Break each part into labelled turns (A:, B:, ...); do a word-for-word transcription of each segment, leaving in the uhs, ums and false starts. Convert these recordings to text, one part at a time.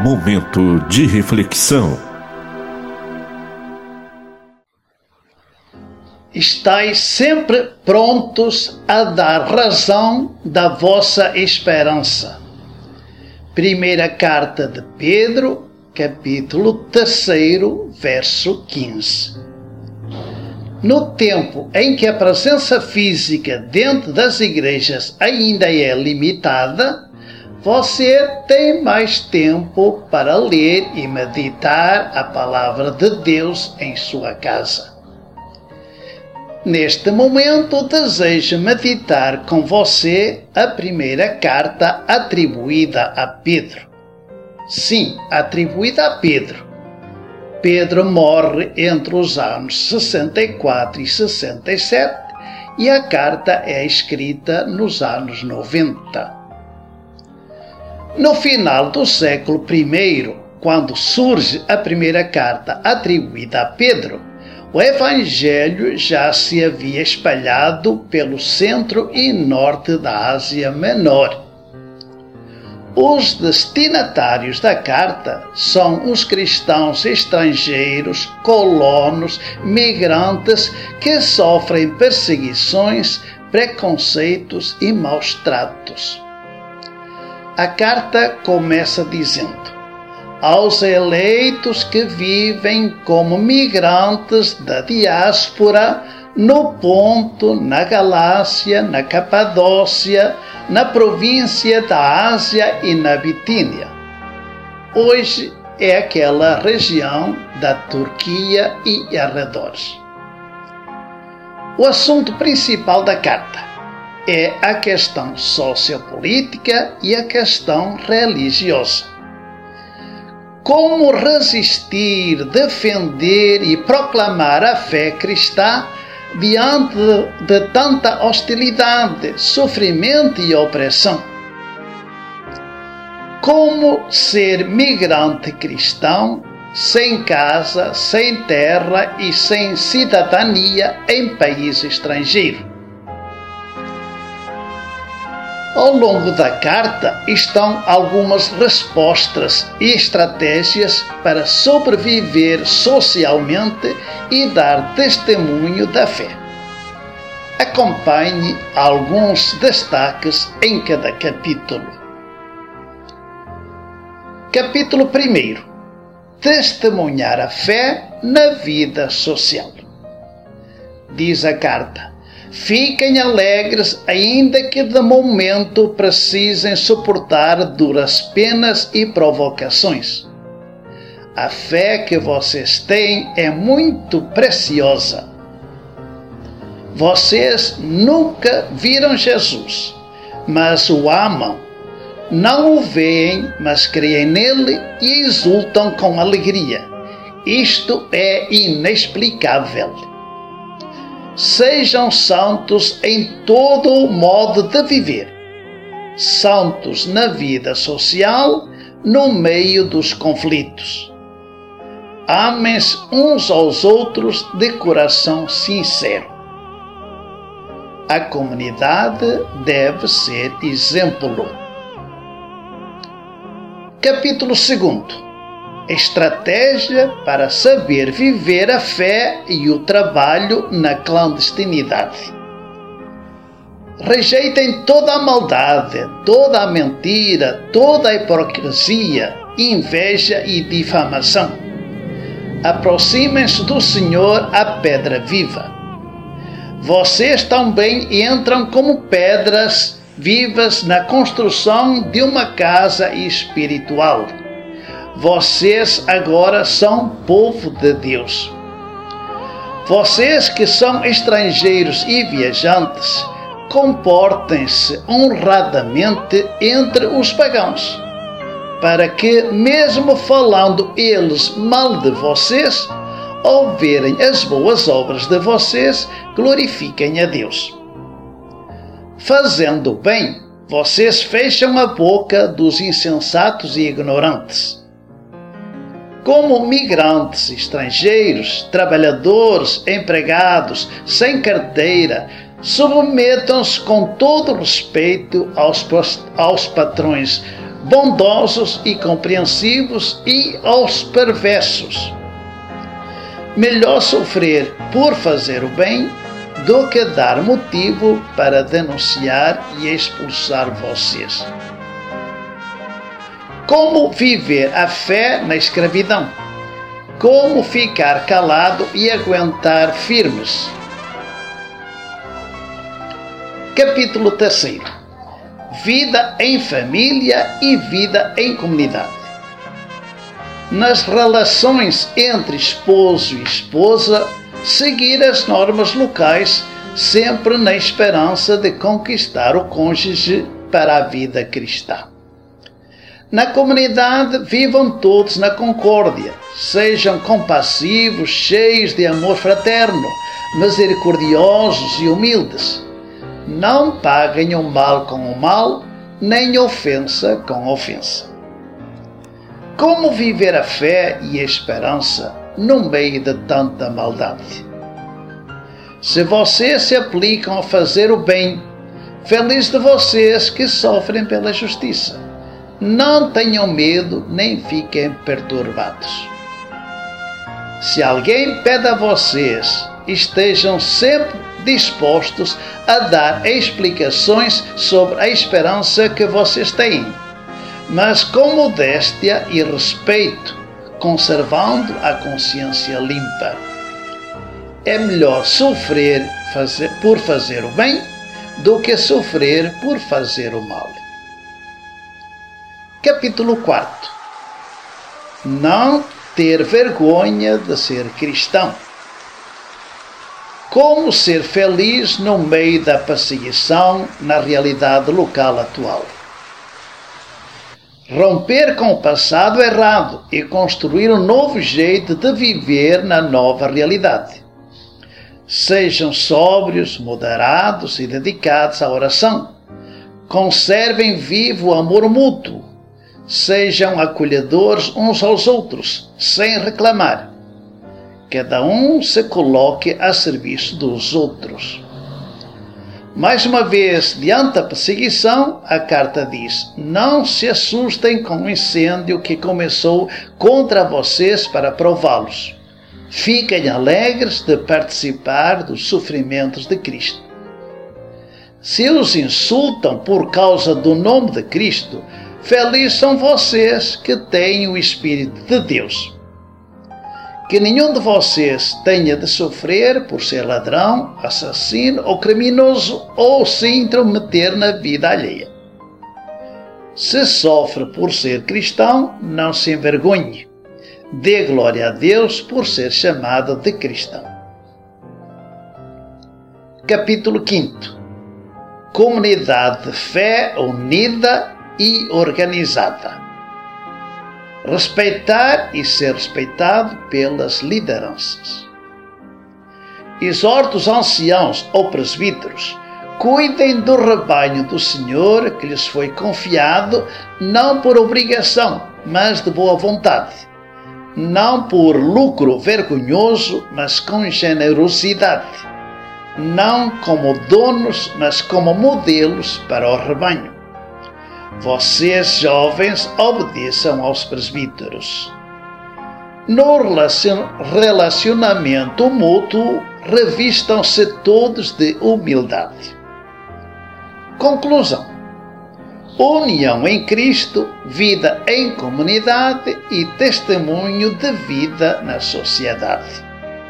A: Momento de reflexão.
B: Estais sempre prontos a dar razão da vossa esperança. Primeira carta de Pedro, capítulo três, verso quinze. No tempo em que a presença física dentro das igrejas ainda é limitada, você tem mais tempo para ler e meditar a palavra de Deus em sua casa. Neste momento, desejo meditar com você a primeira carta atribuída a Pedro. Sim, atribuída a Pedro. Pedro morre entre os anos sessenta e quatro e sessenta e sete e a carta é escrita nos anos noventa. No final do século primeiro, quando surge a primeira carta atribuída a Pedro, o Evangelho já se havia espalhado pelo centro e norte da Ásia Menor. Os destinatários da carta são os cristãos estrangeiros, colonos, migrantes que sofrem perseguições, preconceitos e maus tratos. A carta começa dizendo: aos eleitos que vivem como migrantes da diáspora no Ponto, na Galácia, na Capadócia, na província da Ásia e na Bitínia. Hoje é aquela região da Turquia e arredores. O assunto principal da carta é a questão sociopolítica e a questão religiosa. Como resistir, defender e proclamar a fé cristã diante de, de tanta hostilidade, sofrimento e opressão? Como ser migrante cristão sem casa, sem terra e sem cidadania em país estrangeiro? Ao longo da carta estão algumas respostas e estratégias para sobreviver socialmente e dar testemunho da fé. Acompanhe alguns destaques em cada capítulo. Capítulo primeiro. Testemunhar a fé na vida social. Diz a carta: fiquem alegres, ainda que de momento precisem suportar duras penas e provocações. A fé que vocês têm é muito preciosa. Vocês nunca viram Jesus, mas o amam. Não o veem, mas creem nele e exultam com alegria. Isto é inexplicável. Sejam santos em todo o modo de viver. Santos na vida social, no meio dos conflitos. Amem-se uns aos outros de coração sincero. A comunidade deve ser exemplo. Capítulo segundo. Estratégia para saber viver a fé e o trabalho na clandestinidade. Rejeitem toda a maldade, toda a mentira, toda a hipocrisia, inveja e difamação. Aproximem-se do Senhor, a pedra viva. Vocês também entram como pedras vivas na construção de uma casa espiritual. Vocês agora são povo de Deus. Vocês que são estrangeiros e viajantes, comportem-se honradamente entre os pagãos, para que, mesmo falando eles mal de vocês, ao verem as boas obras de vocês, glorifiquem a Deus. Fazendo bem, vocês fecham a boca dos insensatos e ignorantes. Como migrantes, estrangeiros, trabalhadores, empregados, sem carteira, submetam-se com todo respeito aos, aos patrões bondosos e compreensivos, e aos perversos. Melhor sofrer por fazer o bem do que dar motivo para denunciar e expulsar vocês. Como viver a fé na escravidão? Como ficar calado e aguentar firmes? Capítulo terceiro. Vida em família e vida em comunidade. Nas relações entre esposo e esposa, seguir as normas locais, sempre na esperança de conquistar o cônjuge para a vida cristã. Na comunidade, vivam todos na concórdia, sejam compassivos, cheios de amor fraterno, misericordiosos e humildes. Não paguem o mal com o mal, nem ofensa com ofensa. Como viver a fé e a esperança no meio de tanta maldade? Se vocês se aplicam a fazer o bem, feliz de vocês que sofrem pela justiça. Não tenham medo, nem fiquem perturbados. Se alguém pede a vocês, estejam sempre dispostos a dar explicações sobre a esperança que vocês têm, mas com modéstia e respeito, conservando a consciência limpa. É melhor sofrer fazer, por fazer o bem do que sofrer por fazer o mal. Capítulo quarto. Não ter vergonha de ser cristão. Como ser feliz no meio da perseguição na realidade local atual. Romper com o passado errado e construir um novo jeito de viver na nova realidade. Sejam sóbrios, moderados e dedicados à oração. Conservem vivo o amor mútuo. Sejam acolhedores uns aos outros, sem reclamar. Cada um se coloque a serviço dos outros. Mais uma vez, diante da perseguição, a carta diz: não se assustem com o incêndio que começou contra vocês para prová-los. Fiquem alegres de participar dos sofrimentos de Cristo. Se os insultam por causa do nome de Cristo, felizes são vocês que têm o Espírito de Deus. Que nenhum de vocês tenha de sofrer por ser ladrão, assassino ou criminoso, ou se intrometer na vida alheia. Se sofre por ser cristão, não se envergonhe. Dê glória a Deus por ser chamado de cristão. Capítulo quinto. Comunidade de fé unida e organizada. Respeitar e ser respeitado pelas lideranças. Exorta os anciãos ou presbíteros, cuidem do rebanho do Senhor que lhes foi confiado, não por obrigação, mas de boa vontade. Não por lucro vergonhoso, mas com generosidade. Não como donos, mas como modelos para o rebanho. Vocês, jovens, obedeçam aos presbíteros. No relacionamento mútuo, revistam-se todos de humildade. Conclusão. União em Cristo, vida em comunidade e testemunho de vida na sociedade.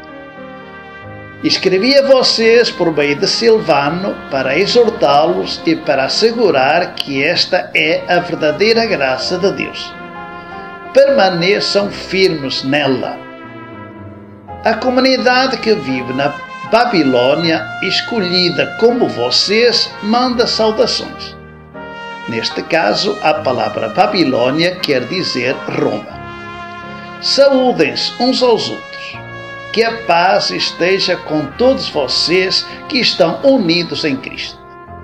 B: Escrevi a vocês por meio de Silvano para exortá-los e para assegurar que esta é a verdadeira graça de Deus. Permaneçam firmes nela. A comunidade que vive na Babilônia, escolhida como vocês, manda saudações. Neste caso, a palavra Babilônia quer dizer Roma. Saúdem-se uns aos outros. Que a paz esteja com todos vocês que estão unidos em Cristo.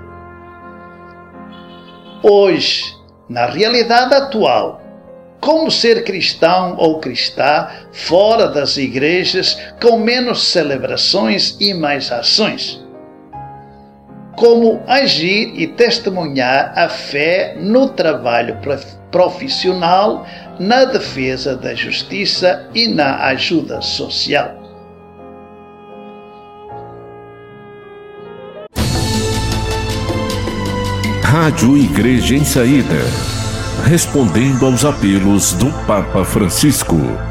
B: Hoje, na realidade atual, como ser cristão ou cristã fora das igrejas com menos celebrações e mais ações? como agir e testemunhar a fé no trabalho profissional, na defesa da justiça e na ajuda social.
A: Rádio Igreja em Saída, respondendo aos apelos do Papa Francisco.